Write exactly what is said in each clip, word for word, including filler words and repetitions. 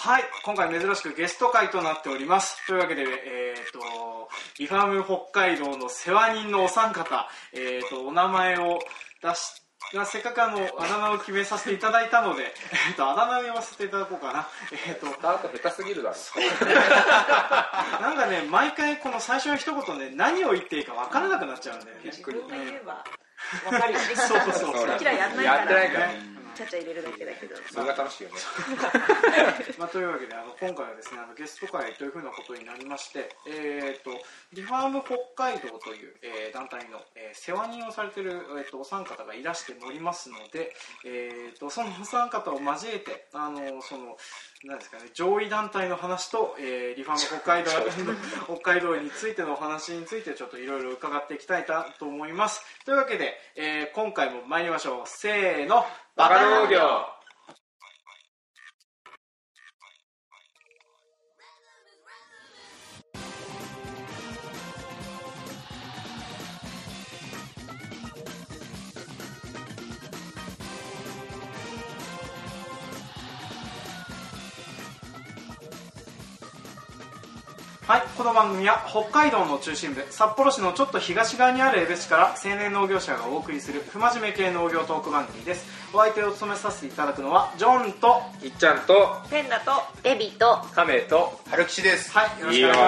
はい、今回珍しくゲスト会となっております。というわけで、えー、とリファーム北海道の世話人のお三方、えー、とお名前を出しせっかくあのあだ名を決めさせていただいたので、えー、とあだ名を読ませていただこうかな。えー、とスタート下手すぎるだろ。 なんかね、毎回この最初の一言ね、何を言っていいか分からなくなっちゃうんだよね。 自分が言えば分かるよね。 そうそうそう。 うちらやんないやってからないからね。 ちゃちゃ入れるだけだけど。 それが楽しいよね。 まあ、というわけであの今回はですね、あのゲスト会というふうなことになりまして、えー、とリファーム北海道という、えー、団体の、えー、世話人をされている、えー、とお三方がいらしておりますので、えー、とそのお三方を交えてあのそのなんですかね、上位団体の話と、えー、リファーム北海道北海道についてのお話についてちょっといろいろ伺っていきたいなと思います。というわけで、えー、今回も参りましょう。せーの、 バカ農業。 はい、この番組は北海道の中心部札幌市のちょっと東側にある江別市から青年農業者がお送りする不真面目系農業トーク番組です。お相手を務めさせていただくのはジョンといっちゃんとペンダとベビとカメと春吉です。 はい、よろしくお願いし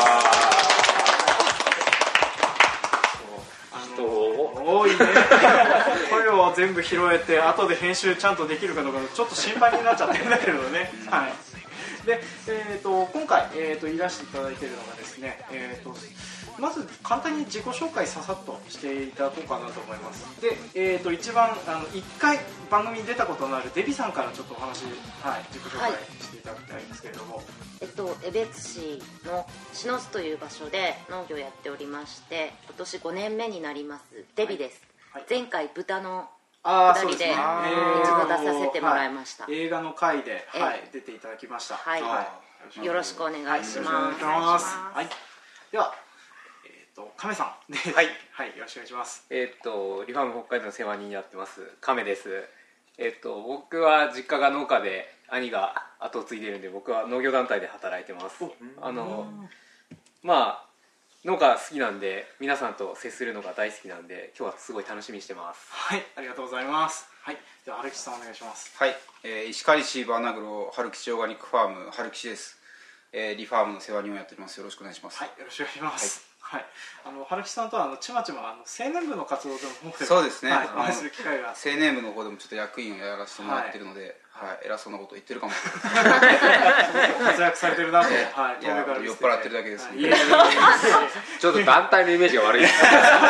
ます。 人を多いね声を全部拾えて後で編集ちゃんとできるかどうかちょっと心配になっちゃってるんだけどね。はい。で、えー、と今回、えー、といらしていただいているのがですね、えー、とまず簡単に自己紹介ささっとしていただこうかなと思います。で、えー、と一番あのいっかい番組に出たことのあるデビさんからちょっとお話、はい、自己紹介していただきたいんですけれども、はい、 えっと江別市の篠津という場所で農業をやっておりまして、今年ごねんめになりますデビです。はいはい、前回豚のあふたりで一度出させてもらいました。 はい、映画の回で、はい、出ていただきました。 はい、はい、よろしくお願いします。 はい、では、えっ、ー、と亀さん、 はい、 はい、よろしくお願いします。 えっ、ー、とリファーム北海道の世話人やってます亀です。えっ、ー、と僕は実家が農家で兄が後を継いでるんで、僕は農業団体で働いてます。あのまあ農家好きなんで、皆さんと接するのが大好きなんで、今日はすごい楽しみにしてます。 はい、ありがとうございます。はい、では春吉さんお願いします。 はい、えー、石狩市バーナグロ春吉オーガニックファーム春吉です。えー、リファームの世話人をやっております。よろしくお願いします。 はい、よろしくお願いします。はい、はい、あの春吉さんとはあのちまちまあの青年部の活動でもそうですね、 はい、お会いする機会が青年部の方でもちょっと役員をやらせてもらってるので、はいはい、偉そうなこと言ってるかもしれない活躍されてるなと、はい、 いや酔っ払ってるだけです、ね、 ちょっと団体のイメージが悪いです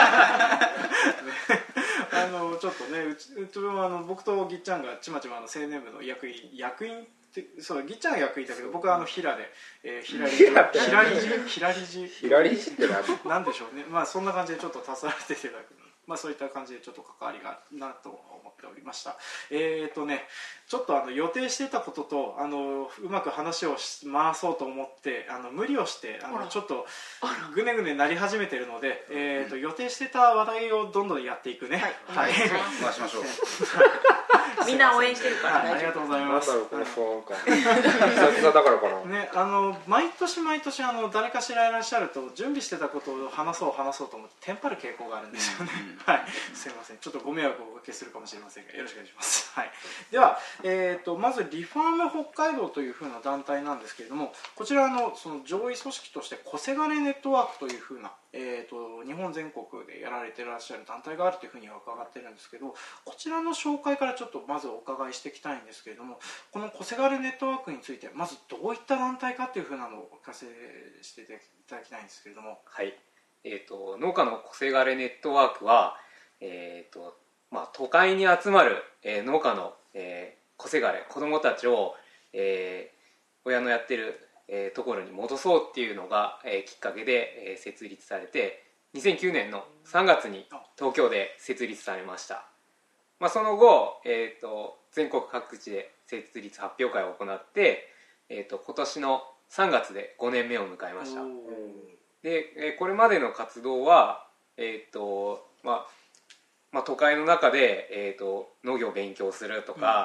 あのちょっとね、うちうちはあの僕とぎっちゃんがちまちまの青年部の役員役員ってそうぎっちゃんが役員だけど、僕はあの平で、えー、平理事平理事平理事平理事ってなんでしょうね。まあそんな感じでちょっと助わらせていただく、まあそういった感じでちょっと関わりがあるなと思っておりました。えーとね、ちょっとあの予定していたこととあのうまく話を回そうと思ってあの無理をしてあのちょっとぐねぐねなり始めているので、えーと予定してた話題をどんどんやっていくね。 はい、はい、回しましょう。 みんな応援してるから、 はい、ありがとうございます。 なんだろうこの騒音感。久々だからかな。 ね、あの毎年毎年あの誰かしらいらっしゃると準備してたことを話そう話そうと思ってテンパる傾向があるんですよね。はい、すいません。ちょっとご迷惑をおかけするかもしれませんがよろしくお願いします。はい。では、えーとまずリファーム北海道というふうな団体なんですけれども、こちらのその上位組織として小せがれネットワークというふうな、えーと日本全国でやられていらっしゃる団体があるというふうには伺っているんですけど、こちらの紹介からちょっとまずお伺いしていきたいんですけれども、この小せがれネットワークについてまずどういった団体かというふうなのをお聞かせしていただきたいんですけれども。 はい、えーと農家の小せがれネットワークは、えーとまあ、都会に集まる、えー、農家の、えー、小せがれ子どもたちを、えー、親のやってる、えー、ところに戻そうっていうのが、えー、きっかけで、えー、設立されてにせんきゅうねんのさんがつに東京で設立されました。まあ、その後、えーと、全国各地で設立発表会を行って、えーと、今年のさんがつでごねんめを迎えました。で、これまでの活動は、えーとまあまあ、都会の中で、えーと、農業を勉強するとか、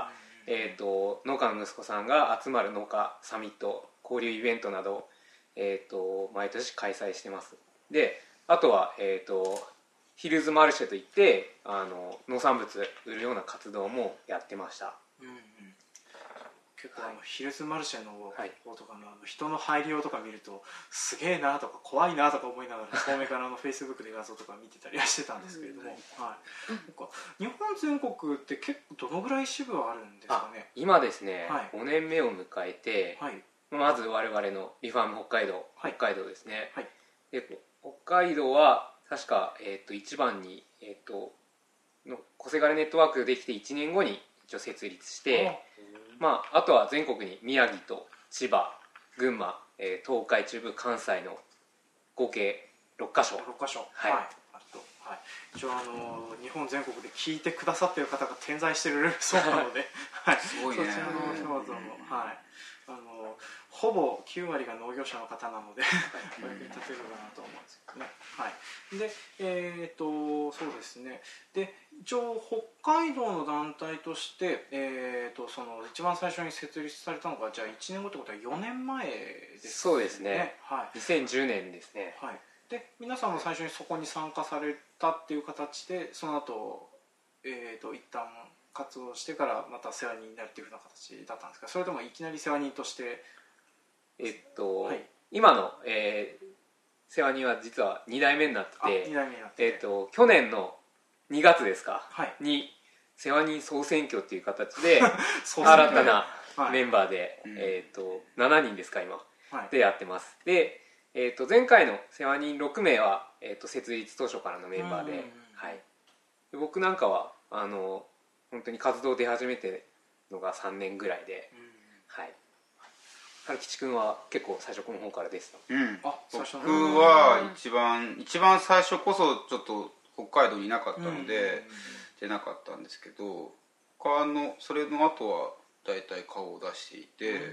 えー、と農家の息子さんが集まる農家サミット、交流イベントなど、えー、と毎年開催してます。であとは、えー、とヒルズマルシェといってあの農産物売るような活動もやってました。 うんうん、結構あの、はい、ヒルズマルシェの方とかの、 はい、 あの人の入りようとか見るとすげえなとか怖いなとか思いながら遠目からのフェイスブックで画像とか見てたりはしてたんですけれども、はい、日本全国って結構どのぐらい支部はあるんですかね。 今ですね、 はい、 ごねんめを迎えて、はい、まず我々のリファーム北海道、はい、北海道ですね、はい、で北海道は確か、えー、と一番に、えー、との小せがれネットワークできていちねんごに一応設立して、まあ、あとは全国に宮城と千葉、群馬、えー、東海、中部、関西の合計ろっかしょ、 ろっかしょ、 はい、 はい、あと、はい、一応あの日本全国で聞いてくださっている方が点在しているそうなので、はい、 すごいね、 そちらの評価も、はい、あのほぼきゅうわりが農業者の方なのでお役に立てるかなと思うんですけどね。はい、で、えーとそうですね。で一応北海道の団体として、えー、とその一番最初に設立されたのがじゃあいちねんごってことはよねんまえですね。 そうですね、 はい、 にせんじゅうねんですね。 はい、で皆さんも最初にそこに参加されたっていう形でその後、えー、と一旦活動してからまた世話人になるっていうふうな形だったんですか、それともいきなり世話人としてえっと、 はい、 今の、えー、世話人は実はにだいめになってて、 にだいめになってて、 えっと、去年のにがつですか、 はい、 に世話人総選挙っていう形で新たなメンバーで、はい、えっと、しちにんですか今、はい、でやってます。で、えっと、前回の世話人ろくめいは、えっと、設立当初からのメンバーで、はい、で僕なんかはあの本当に活動出始めてのがさんねんぐらいで、はい、春吉君は結構最初この方からですうん、あ僕は一番一番最初こそちょっと北海道にいなかったので出なかったんですけど、他のそれの後は大体顔を出していて、なん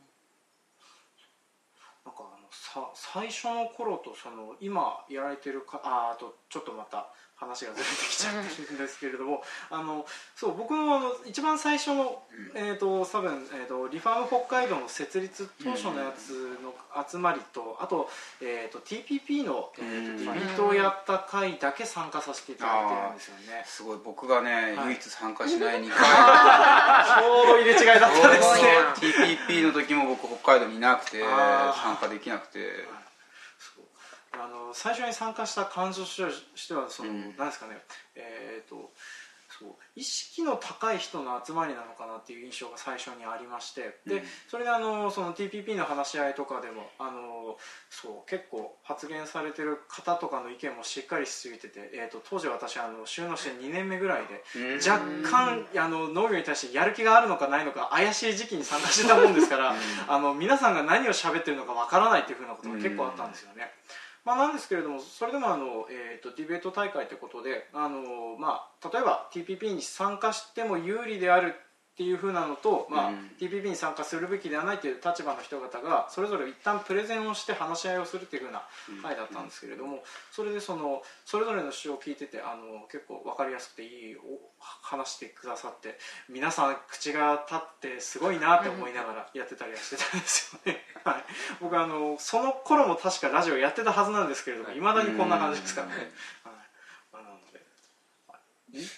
かあのさ最初の頃とその今やられてるか あ, あとちょっとまた話がずれてきちゃってるんですけれどもあのそう僕もあの一番最初の、えーと多分えーとリファーム北海道の設立当初のやつの集まりと、あと,、えー、と ティーピーピー の、えー、とディビートをやった回だけ参加させていただいてるんですよね。 すごい僕がね、はい、唯一参加しないにかいちょうど入れ違いだったですね。 ティーピーピー の時も僕北海道にいなくて参加できなくて、はい、 あの最初に参加した感情としてはその、うん、なんですかね、えー、とそう意識の高い人の集まりなのかなっていう印象が最初にありまして、でそれであのその ティーピーピー の話し合いとかでもあのそう結構発言されてる方とかの意見もしっかりしすぎてて、えー、と当時私あの就農してにねんめぐらいで若干あの農業に対してやる気があるのかないのか怪しい時期に参加してたもんですからあの皆さんが何を喋ってるのかわからないっていうふうなことが結構あったんですよね。まあ、なんですけれどもそれでもあの、えー、とディベート大会ということであの、まあ、例えば ティーピーピー に参加しても有利であるっていう風なのと、まあうん、ティーピーピー に参加するべきではないという立場の人方がそれぞれ一旦プレゼンをして話し合いをするっていう風な会だったんですけれども、それでそのそれぞれの主張を聞いててあの結構分かりやすくていい話してくださって、皆さん口が立ってすごいなって思いながらやってたりはしてたんですよね。はい、僕あのその頃も確かラジオやってたはずなんですけれども、いまだにこんな感じですからね。はい、まあ、なので、 はい、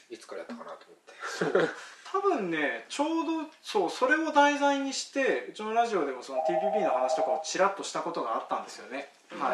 いつからやったかなと思って。 そう多分ねちょうどそうそれを題材にしてうちのラジオでもその ティーピーピー の話とかをちらっとしたことがあったんですよね。はい、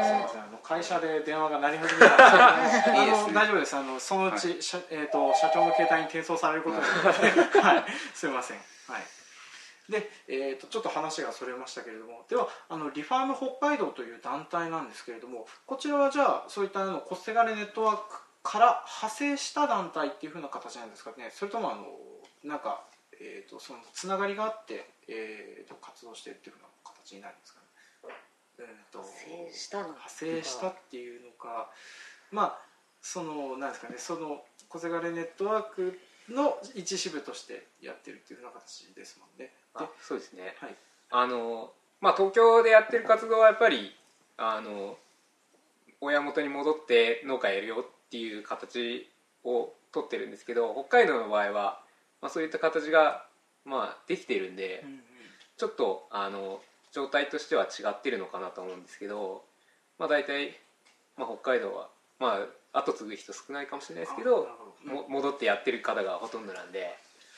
すみませんあの会社で電話が鳴り始めたのでいいです、ね、大丈夫ですあのそのうち、はい社えー、と社長の携帯に転送されることになるので、はい、すみません。はいでえー、とちょっと話がそれましたけれども、ではあのリファーム北海道という団体なんですけれども、こちらはじゃあそういったあのコステガレネットワークから派生した団体っていう風な形なんですかね、それともあのなんか、えー、とそのつながりがあって、えー、と活動しているっていう風な形になるんですかね。えー、と派生したの派生したっていうのか、まあそのなんですかね、そのコセガレネットワークの一支部としてやってるっていう風な形ですもんね。 あそうですね、 はい、 あのまあ、東京でやってる活動はやっぱりあの親元に戻って農家やるよっていう形を取ってるんですけど、北海道の場合はまあ、そういった形が、まあ、できてるんで、 うんうん、 ちょっとあの状態としては違ってるのかなと思うんですけど、まあ、大体、まあ、北海道は、まあ、後継ぐ人少ないかもしれないですけど、 ども戻ってやってる方がほとんどなんで、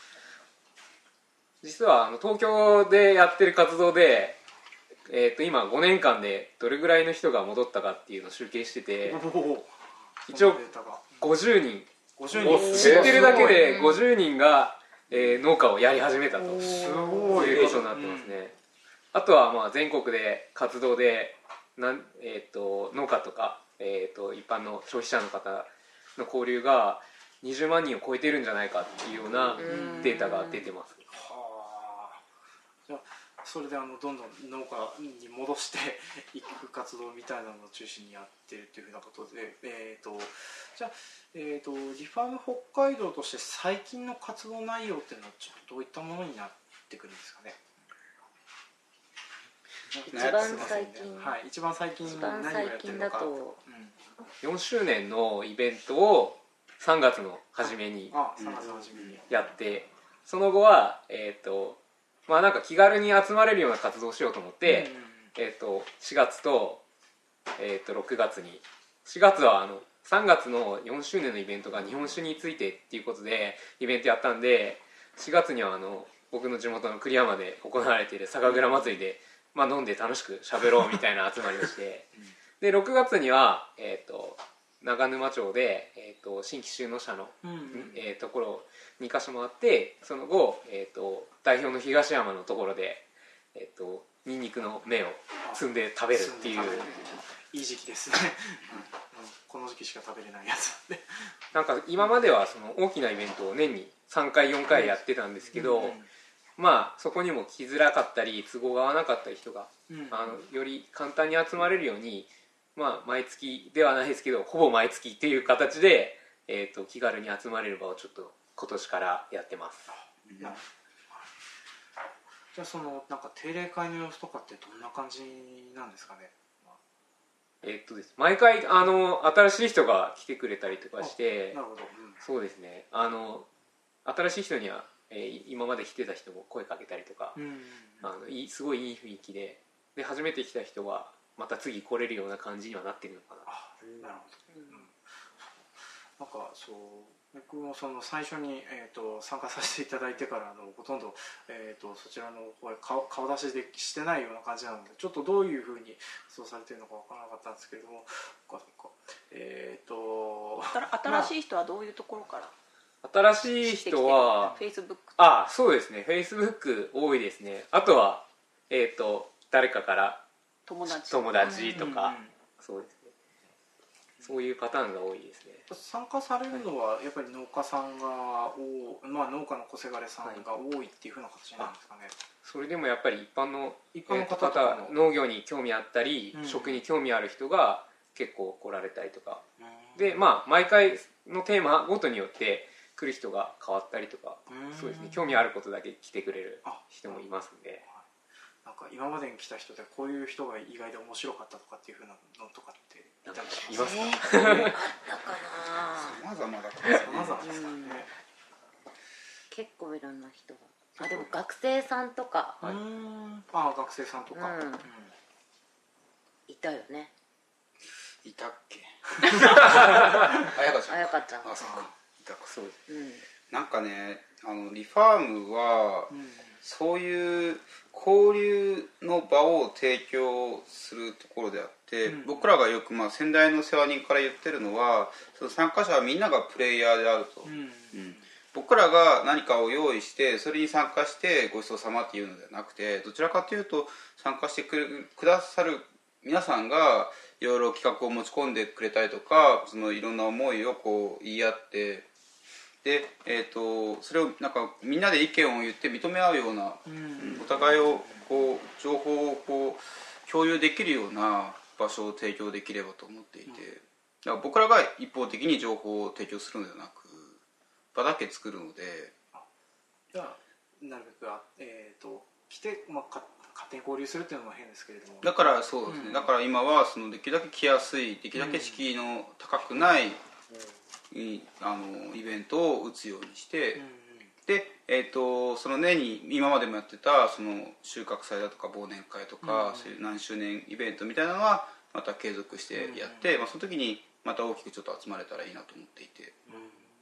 実はあの東京でやってる活動で、えー、と今ごねんかんでどれぐらいの人が戻ったかっていうのを集計してて、一応ごじゅうにん、 ごじゅうにん知ってるだけでごじゅうにんが、えー農家をやり始めたとすごいいうことになってますね。あとはまあ全国で活動でなん、えー、と農家とか、えー、と一般の消費者の方の交流がにじゅうまんにんを超えてるんじゃないかっていうようなデータが出てます。 はあ、じゃあそれであのどんどん農家に戻していく活動みたいなのを中心にやってるっていうふうなことで、えー、とじゃあ、えー、とリファーム北海道として最近の活動内容っていうのはちょっとどういったものになってくるんですかね。 一番最近、 はい、一番最近一番何をや最ってるのか。 近だとうん、 よんしゅうねんのイベントをさんがつの初めにあ、さんがつの初めにやって、その後は、えーとまあ、なんか気軽に集まれるような活動をしようと思って、 うんえー、としがつと、えー、とろくがつに、しがつはあのさんがつのよんしゅうねんのイベントが日本酒についてっていうことでイベントやったんで、しがつにはあの僕の地元の栗山で行われている酒蔵祭りで、まあ、飲んで楽しく喋ろうみたいな集まりをしてでろくがつには、えー、と長沼町で、えー、と新規就農者の、 うんうんえー、ところをにかしょ回って、その後、えー、と代表の東山のところで、えー、とニンニクの芽を摘んで食べるっていう、 いい時期ですね、うん、この時期しか食べれないやつなんでなんか今まではその大きなイベントを年にさんかいよんかいやってたんですけど、 うんうんまあそこにも来づらかったり都合が合わなかった人が、 うんあのより簡単に集まれるように、まあ、毎月ではないですけどほぼ毎月っていう形で、えー、と気軽に集まれる場をちょっと今年からやってます。 なるほど。じゃあそのなんか定例会の様子とかってどんな感じなんですかね。 えーっとです毎回あの新しい人が来てくれたりとかして、 なるほど、うん、 そうですね、あの新しい人には、えー今まで来てた人も声かけたりとか、 うんうんうん、 あのいいすごいいい雰囲気で、で初めて来た人はまた次来れるような感じにはなってるのかな。 あ、なるほど、うん、なんかそう僕もその最初に、えー、と参加させていただいてからのほとんど、えー、とそちらの方へ 顔, 顔出しでしてないような感じなのでちょっとどういうふうにそうされてるのか分からなかったんですけれども、そっかそっかえっ、ー、と新しい人はどういうところから新しい人はフェイスブックあそうですね、フェイスブック多いですね。あとは、えー、と誰かから友達友達とか、 うんうんそうですね、そういうパターンが多いですね。 参加されるのはやっぱり農家さんが多、まあ、農家の小せがれさんが多いっていうふうな形なんですかね。 それでもやっぱり一般の一般の方とえーかもと農業に興味あったり、 うん食に興味ある人が結構来られたりとか、 うんでまあ毎回のテーマごとによって来る人が変わったりとか、 うんそうですね、興味あることだけ来てくれるあ人もいますんで。 なんか今までに来た人でこういう人が意外で面白かったとかっていうふうなのとかっていたりしいますか、 えー、あったかなさまざまだからさまざまですからね。 結構いろんな人があでも学生さんとかうーんあ学生さんとか、 うんいたよね。 いたっけあやかちゃんあやかちゃんあそっかいたかそうですうんなんかねあのリファームはうんそういう交流の場を提供するところであって、 うん僕らがよく、まあ、先代の世話人から言ってるのはその参加者はみんながプレイヤーであると、 うんうん僕らが何かを用意してそれに参加してごちそうさまっていうのではなくて、どちらかというと参加してくれくださる皆さんがいろいろ企画を持ち込んでくれたりとか、そのいろんな思いをこう言い合ってで、えー、とそれをなんかみんなで意見を言って認め合うような、 うんお互いをこう情報をこう共有できるような場所を提供できればと思っていて、だから僕らが一方的に情報を提供するのではなく場だけ作るので、 じゃあなるべくあ、えー、と来て、まあ、か勝手に交流するっていうのも変ですけれども、 だからそうですね、 うんだから今はそのできるだけ来やすいできるだけ敷居の高くない、いあのイベントを打つようにして、 うんうんで、えー、とその年に今までもやってたその収穫祭だとか忘年会とか、うん、そういう何周年イベントみたいなのはまた継続してやって、うんまあ、その時にまた大きくちょっと集まれたらいいなと思っていて、うん、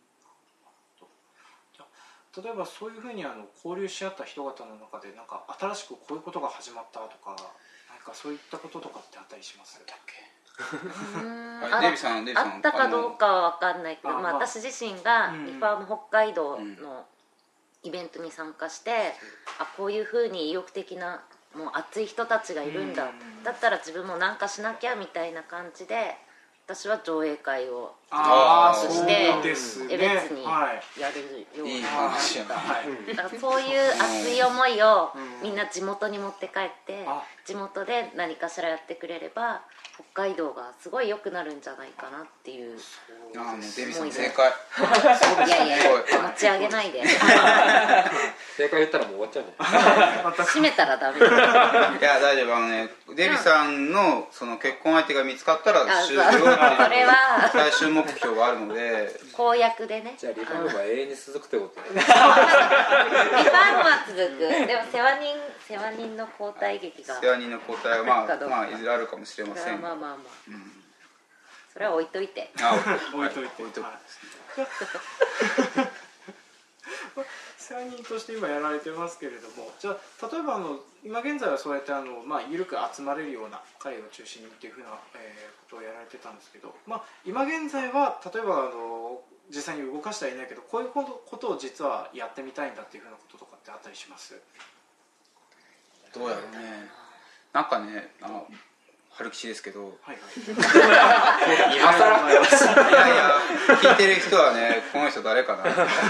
じゃあ例えばそういうふうにあの交流し合った人々の中でなんか新しくこういうことが始まったとか何かそういったこととかってあったりしますだっけデイビーさん、デイビーさんあったかどうかは分かんないけど、 あまあ、 まあ私自身がリファーム北海道うんのイベントに参加して、あこういうふうに意欲的なもう熱い人たちがいるんだ、 うんだったら自分も何かしなきゃみたいな感じで私は上映会をあーそしてそうですね江別にはいやるよういいな、 話やな、 はいだからそういう熱い思いをうんみんな地元に持って帰ってあ地元で何かしらやってくれれば北海道がすごい良くなるんじゃないかなっていう。 あーもうデイビーさ思いでん正解いやいやいやすごい持ち上げないで正解言ったらもう終わっちゃうんじゃない閉めたらダメいや大丈夫あのねデイビーさんのその結婚相手が見つかったらあ終了っていうそれは最終目標があるので公約でねじゃあリファームが永遠に続くってことリファームは続くでも世話人世話人の交代劇が世話人の交代はまあかどうかまあいずれあるかもしれまそせんれはまあまあまあうんそれは置いといてあ置いといて置いとくはい世話人として今やられてますけれどもじゃあ例えばあの今現在はそうやってあの、まあ、緩く集まれるような会を中心にっていうふうな、えー、ことをやられてたんですけど、まあ、今現在は例えばあの実際に動かしてはいないけどこういうことを実はやってみたいんだっていうふうなこととかってあったりします？ どうやろうねなんかねあの春吉ですけどはいはい今更いやいや聞いてる人はねこの人誰かな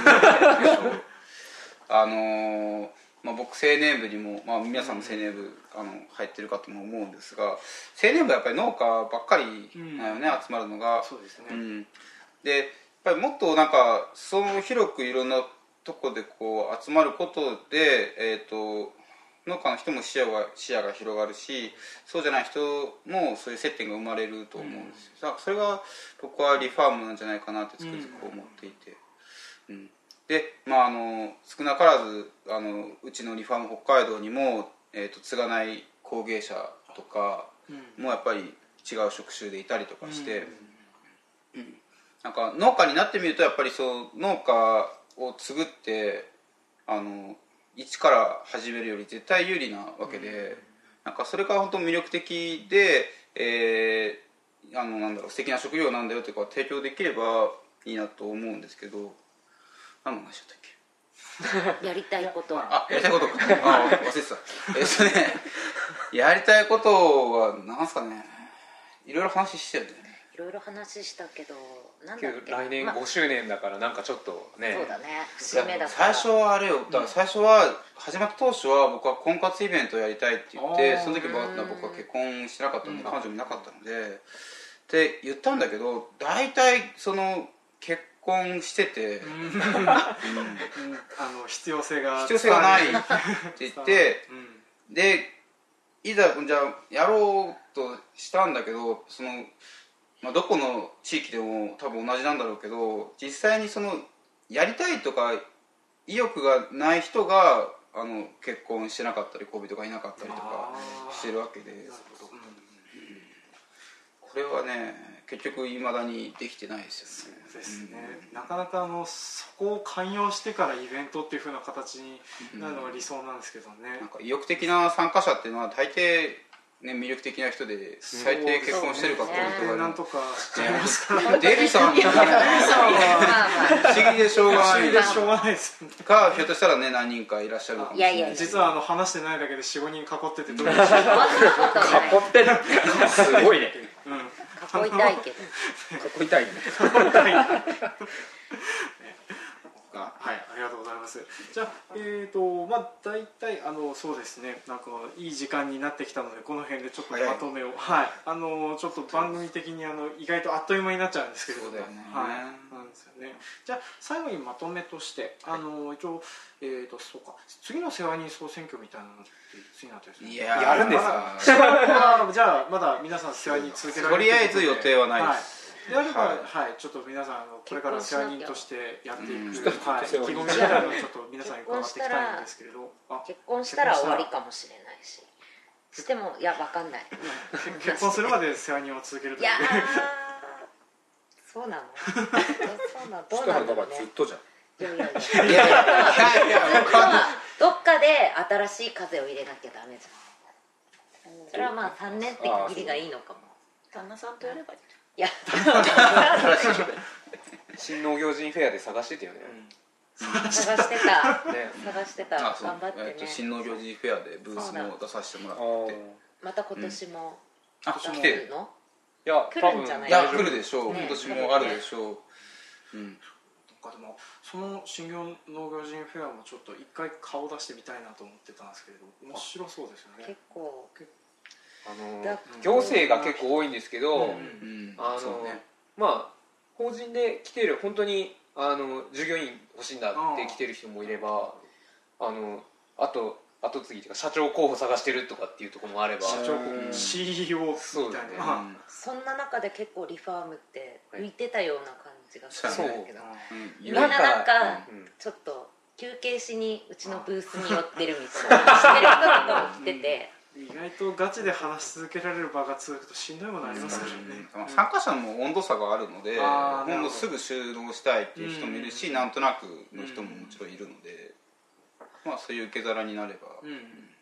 あのーまあ、僕青年部にも、まあ、皆さんも青年部あの入ってるかとも思うんですが青年部はやっぱり農家ばっかりなよね、うん、集まるのがそうですね、 うん、でやっぱりもっとなんかその広くいろんなとこでこう集まることで、えーと農家の人も視野が視野が広がるしそうじゃない人もそういう接点が生まれると思うんですよ、だからそれが僕はリファームなんじゃないかなってつくづく思っていて、うん、で、まあ、あの少なからずあのうちのリファーム北海道にも、えーと、継がない工芸者とかもやっぱり違う職種でいたりとかして、うんうん、なんか農家になってみるとやっぱりそう農家を継ぐってあの一から始めるより絶対有利なわけで、うん、なんかそれが本当魅力的で、えー、あのなんだろう素敵な職業なんだよっていうか提供できればいいなと思うんですけど何の話だったっけやりたいことあやりたいことかあ忘れてたえっとねやりたいことはなんすかねいろいろ話してるねいろいろ話したけどなんだっけ来年ごしゅうねんだからなんかちょっとね、 そうだね節目だから最初はあれよだから最初は始まった当初は僕は婚活イベントをやりたいって言ってその時僕は結婚してなかったので彼女もいなかったのでって言ったんだけど大体その結婚してて、うん、 あの必要性が必要性がないって言って、うん、でいざじゃあやろうとしたんだけどそのまあ、どこの地域でも多分同じなんだろうけど実際にそのやりたいとか意欲がない人があの結婚してなかったり恋人がいなかったりとかしてるわけで、うん、これはね結局いまだにできてないですよね。 そうですね、うん、なかなかあのそこを寛容してからイベントっていう風な形になるのが理想なんですけどね、 うん、なんか意欲的な参加者っていうのは大抵ね、魅力的な人で最低結婚してるかってことが、 ね、なんとかしちゃいますからデイビーさん不思議でしょうがない不思議でしょうがないですねかひょっとしたらね何人かいらっしゃるかもしれない。 いやいや実はあの話してないだけで よん、ごにん囲っててどうでしょう囲ってるすごいね、 うん、 囲いたいけど囲いたいねはい、ありがとうございます。じゃあ、えーとまあ、大体あのそうですねなんかいい時間になってきたのでこの辺でちょっとまとめを、はい、あのちょっと番組的にあの意外とあっという間になっちゃうんですけれども、 そうだよね、 はい、なんですよね。じゃあ最後にまとめとしてあの一応、えーとそうか次の世話人総選挙みたいなのって次のあたりですね。 いややるんですか、 まだじゃあまだ皆さん世話人続けられるとりあえず予定はないです、 はいであれば、 ははいい、ちょっと皆さんあのこれから世話人としてやっていく、 うんはい、意気込みみたいなのをちょっと皆さんに伺っていきたいんですけれど、あ、 結婚したら終わりかもしれないし、してもいやわかんない。 結婚するまで世話人を続けるという。 いやーそうなの？そうなの？どうしたらだからなんだろうね。 ずっとじゃん。 いやいやいや。 いやいやいやいや僕はどっかで新しい風を入れなきゃダメじゃん。それはまあさんねんって区切りがいいのかも。 旦那さんとやればいい。 いや新農業人フェアで探してたよね、 探してたね探してたあそう頑張ってねえっと新農業児フェアでブースも出させてもらってまた今年もあ来来てるのいや来るんじゃないいや来るでしょう、 ね今年もあるでしょう、うん、 なんかでもその新業農業人フェアもちょっと一回顔出してみたいなと思ってたんですけれど、面白そうですよね。 結構あのだ行政が結構多いんですけど、 うんうんあのそうねまあ法人で来てる本当にあの従業員欲しいんだって来てる人もいれば、あのあと後継ぎというか社長候補探してるとかっていうところもあれば、 社長うんシーイーオーそうだねみたいな、 うんそんな中で結構リファームって浮いてたような感じがするんだけど、 うんみんななんかうんちょっと休憩しにうちのブースに寄ってるみたいなしてる人とかも来てて意外とガチで話し続けられる場が続くとしんどいものありますからね、 うん参加者も温度差があるので、 あーなるほどほんとすぐ収納したいっていう人もいるし、 うんなんとなくの人ももちろんいるので、まあそういう受け皿になれば、 うん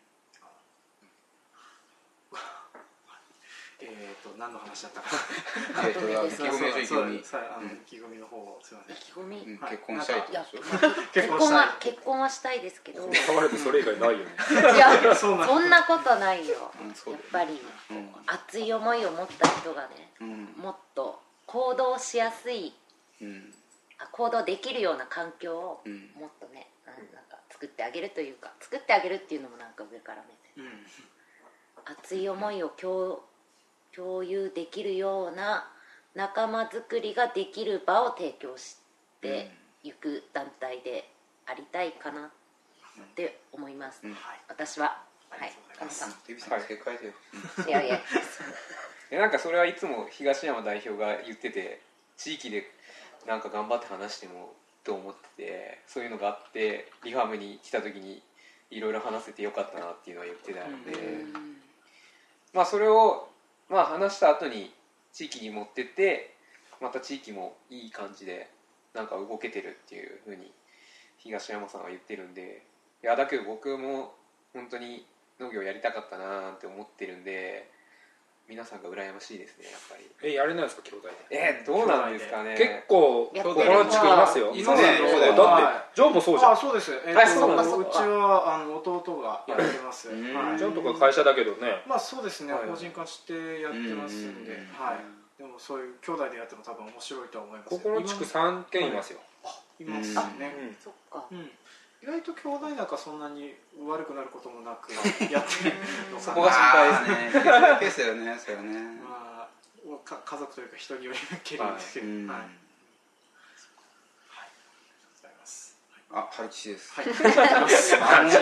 えーと何の話だったかなえっと意気込みでしょ意気込み、 さあのうん意気込みの方をすいません意気込み、 うんはい結婚したいっていやことでしょ結結婚婚したいは結婚はしたいですけどい変われてそれ以外ないよね。 やそうなんそんなことないようんそうやだよっぱりうん熱い思いを持った人がねうんもっと行動しやすいうんあ行動できるような環境をうんもっとねなんなんか作ってあげるというか作ってあげるっていうのもなんか上から目でうん熱い思いを共共有できるような仲間づくりができる場を提供していく団体でありたいかなって思います、 うんはい私ははいありがとうございます神さんデビさん正解だよ、 いやいやでなんかそれはいつも東山代表が言ってて、地域でなんか頑張って話してもと思ってて、そういうのがあってリファームに来た時にいろいろ話せてよかったなっていうのは言ってたので、 うんまあそれをまあ話した後に地域に持ってってまた地域もいい感じでなんか動けてるっていう風に東山さんは言ってるんで、いやだけど僕も本当に農業やりたかったなって思ってるんで、皆さんが羨ましいですねやっぱり。 え、やれないですか兄弟で。 えー、どうなんですかね。 結構ここやってるの地区いますよ。 いますねそうだよ。だってジョンもそうじゃん。 あそうです、えーとあそうかそうかうちはあの弟がやってます、 うんはいジョンとか会社だけどね。 まあそうですね、 はい法人化してやってますんで、 うんはい、でもそういう兄弟でやっても多分面白いとは思います。 ここの地区さんけんいますよ。 いますね、 うんそっかうん意外と兄弟仲そんなに悪くなることもなくやってるのかな。 そこが心配ですね。 まあねケースだよねそれはね、 まあか家族というか人によりけるんですけど、 うんはい、はい、ありがとうございます。 あ、春吉です、 はい、ありがとうございます。 あのね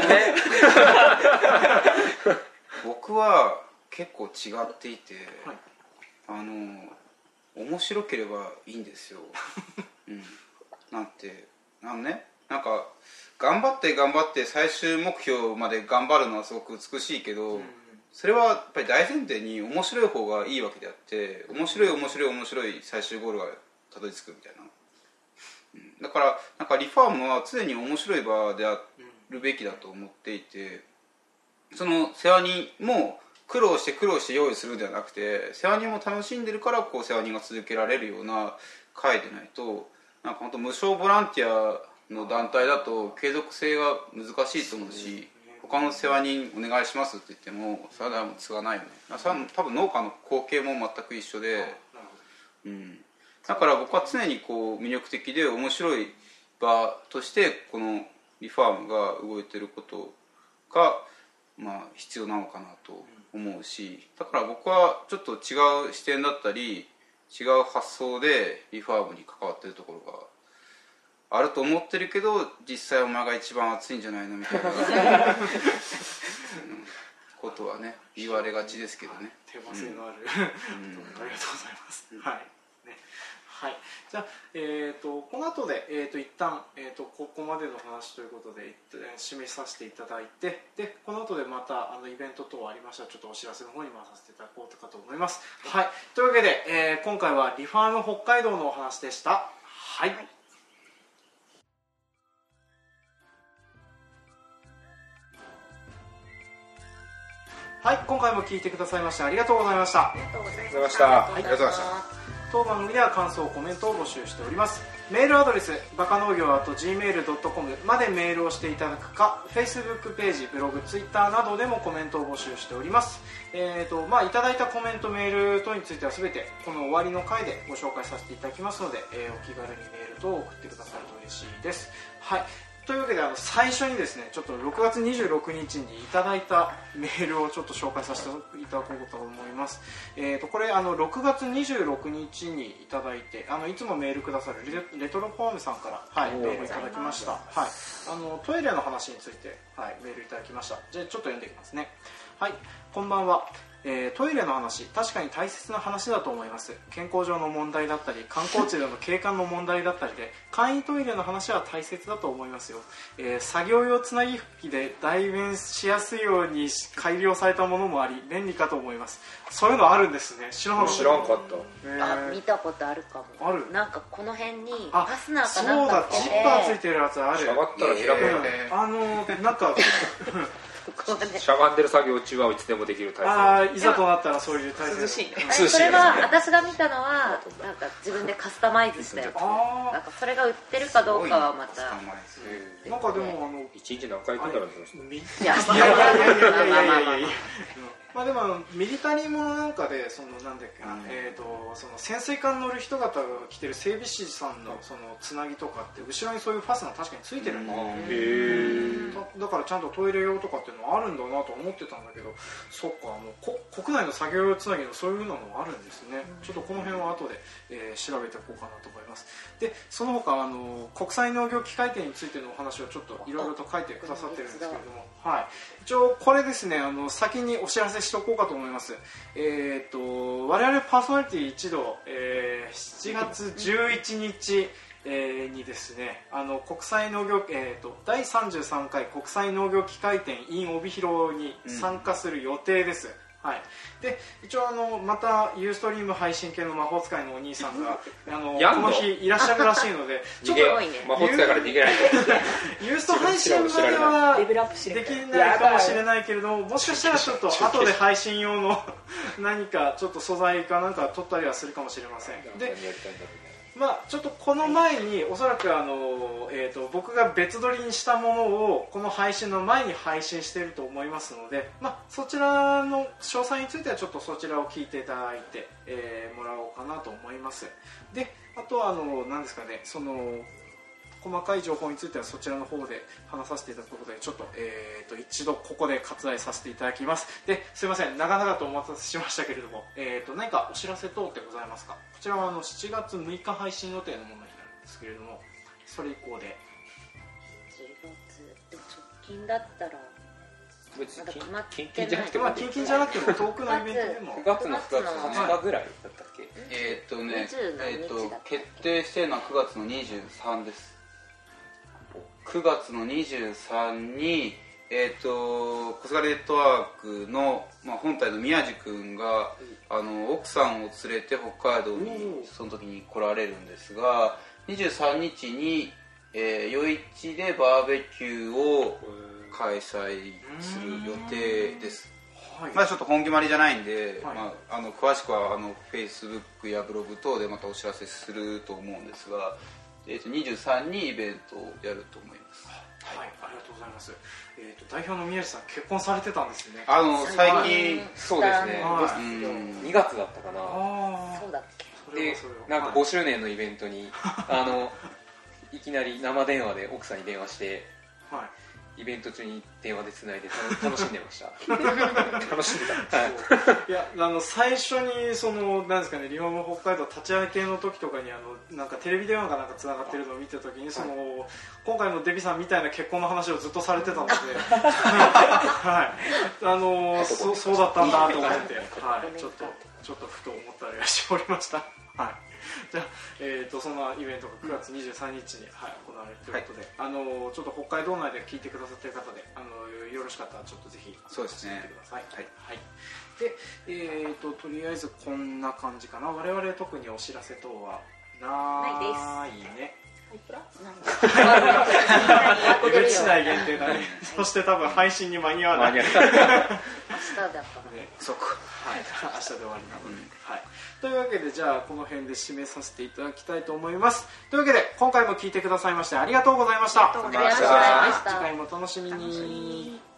僕は結構違っていて、 はいあの面白ければいいんですよ、うん、なんてあのねなんか頑張って頑張って最終目標まで頑張るのはすごく美しいけど、 うんそれはやっぱり大前提に面白い方がいいわけであって、面白い面白い面白い最終ゴールがたどり着くみたいな、うん、だからなんかリファームは常に面白い場であるべきだと思っていて、その世話人も苦労して苦労して用意するんではなくて、世話人も楽しんでるからこう世話人が続けられるような会でないと、なんか本当無償ボランティアの団体だと継続性が難しいと思うし、他の世話人お願いしますって言ってもそれは継がないよね。それは多分農家の光景も全く一緒で、うん、だから僕は常にこう魅力的で面白い場としてこのリファームが動いてることが、まあ、必要なのかなと思うし、だから僕はちょっと違う視点だったり違う発想でリファームに関わってるところがあると思ってるけど、実際お前が一番熱いんじゃないのみたいな、うん、ことはね言われがちですけどね。 テーマ性のある、 うんありがとうございます。はい。ね、 はい、じゃあ、えー、とこの後で、えー、と一旦、えー、とここまでの話ということで、えー、締めさせていただいて、でこの後でまたあのイベント等ありましたらちょっとお知らせの方に回させていただこうかと思います。はい、というわけで、えー、今回はリファーム北海道のお話でした。はい、はい、はい、今回も聞いてくださいましてありがとうございました。 ありがとうございありがとうございました。 ありがとうございました。 当番組では感想コメントを募集しております。メールアドレスバカ農業 アットジーメールドットコム までメールをしていただくか、 Facebook ページ、ブログ、Twitter などでもコメントを募集しております。えーとまあ、いただいたコメント、メール等については全てこの終わりの回でご紹介させていただきますので、えー、お気軽にメール等を送ってくださると嬉しいです。はい、というわけであの最初にですねちょっとろくがつにじゅうろくにちにいただいたメールをちょっと紹介させていただこうと思います。えー、とこれあのろくがつにじゅうろくにちにいただいて、あのいつもメールくださる レ, レトロフォームさんから、はい、メールいただきました。はい、あのトイレの話について、はい、メールいただきました。じゃあちょっと読んでいきますね。はい、こんばんは。えー、トイレの話、確かに大切な話だと思います。健康上の問題だったり観光地での景観の問題だったりで簡易トイレの話は大切だと思いますよ。えー、作業用つなぎ拭きで代弁しやすいように改良されたものもあり便利かと思います。そういうのあるんですね。知らなかった。 知らんかった。 えー、 あ、見たことあるかも。 ある。 なんかこの辺にあファスナーかなんかそうだ、ジッパーついてるやつある。 しゃがったら開くよね。 あのなんかしゃがんでる作業中はいつでもできるタイプ。 ああ、いざとなったらそういうタイプ。 涼しいね。 それは私が見たのはなんか自分でカスタマイズしたやつ。 あなんかそれが売ってるかどうかはまた。 なんかでもあの一日何回行くんだろうと思って。 いやいやいやいやいやいやいやいや。まあでもあのミリタリーものなんかでそのなんだっけな、うん、えーとその潜水艦乗る人方が着てる整備士さんのそのつなぎとかって後ろにそういうファスナー確かについてるんだよ、ね、 へだ, だからちゃんとトイレ用とかっていうのはあるんだなと思ってたんだけど、そっかあのこ国内の作業用つなぎのそういうのもあるんですね。ちょっとこの辺は後で、えー、調べていこうかなと思います。でその他あの国際農業機械店についてのお話をちょっといろいろと書いてくださってるんですけれども、はい、一応これですねあの先にお知らせしておこうかと思います。えー、と我々パーソナリティ一同、えー、しちがつじゅういちにち、えー、にですねあの国際農業、えー、とだいさんじゅうさんかい国際農業機械展 in 帯広に参加する予定です。うんはい、で一応あのまたユーストリーム配信系の魔法使いのお兄さんがあのこの日いらっしゃるらしいのでちょっと魔法使いから逃げないユースト配信まではできないかもしれないけれども、もしかしたらちょっと後で配信用の何かちょっと素材かなんか撮ったりはするかもしれません。でまあ、ちょっとこの前におそらくあの、えー、と僕が別撮りにしたものをこの配信の前に配信していると思いますので、まあ、そちらの詳細についてはちょっとそちらを聞いていただいて、えー、もらおうかなと思います。であとはあの何ですかねその細かい情報についてはそちらの方で話させていただくことでちょっと、えー、と一度ここで割愛させていただきます。ですいません長々とお待たせしましたけれども、えー、と何かお知らせ等ってございますか。こちらはあのしちがつむいか配信予定のものになるんですけれども、それ以降でしちがつで直近だったら別にまだ決まってない。 近々じゃなくてもまあ近々じゃなくても遠くのイベントでもくがつのくがつのはつかぐらいだったっけ。 えーっとねにじゅう何日えーっとだったっけ決定しているのはくがつのにじゅうさんです。くがつのにじゅうさんにえー、とコスガレネットワークの、まあ、本体の宮地君が、うん、あの奥さんを連れて北海道にその時に来られるんですが、にじゅうさんにちに、えー、余市でバーベキューを開催する予定です。はい、まだちょっと本決まりじゃないんで、はいまあ、あの詳しくはあの Facebook やブログ等でまたお知らせすると思うんですが、えー、とにじゅうさんにイベントをやると思います。 はい、ありがとうございます。えー、と代表の宮地さん結婚されてたんですね。 あの最近そうですね、 はにがつだったかな。 あそうだっけ。 でなんかごしゅうねんのイベントに、はい、あのいきなり生電話で奥さんに電話して、はい、イベント中に電話でつないで楽しんでました楽しんでた、はい、 いやあの最初にそのなんですかねリフォーム北海道立ち上げ系の時とかにあのなんかテレビ電話がなんかつながってるのを見た時にその、はい、今回のデビさんみたいな結婚の話をずっとされてたのではいあの そ, そうだったんだと思って、はい、ちょっとちょっとふと思ったりはしておりました。はいじゃあ、えー、とそんなイベントがくがつにじゅうさんにちに、はい、行われるということで、はい、あのちょっと北海道内で聞いてくださっている方であのよろしかったらちょっとぜひそうですねてください。はい、はい、で、えー、ととりあえずこんな感じかな。我々特にお知らせ等はないね。えげつない限定だね。そして多分配信に間に合わない。明日だったね。 そうか。 はい、明日で終わりなので、うん、はい。というわけでじゃあこの辺で締めさせていただきたいと思います。というわけで今回も聞いてくださいましてありがとうございました。 ありがとうございました。 次回もお楽しみに。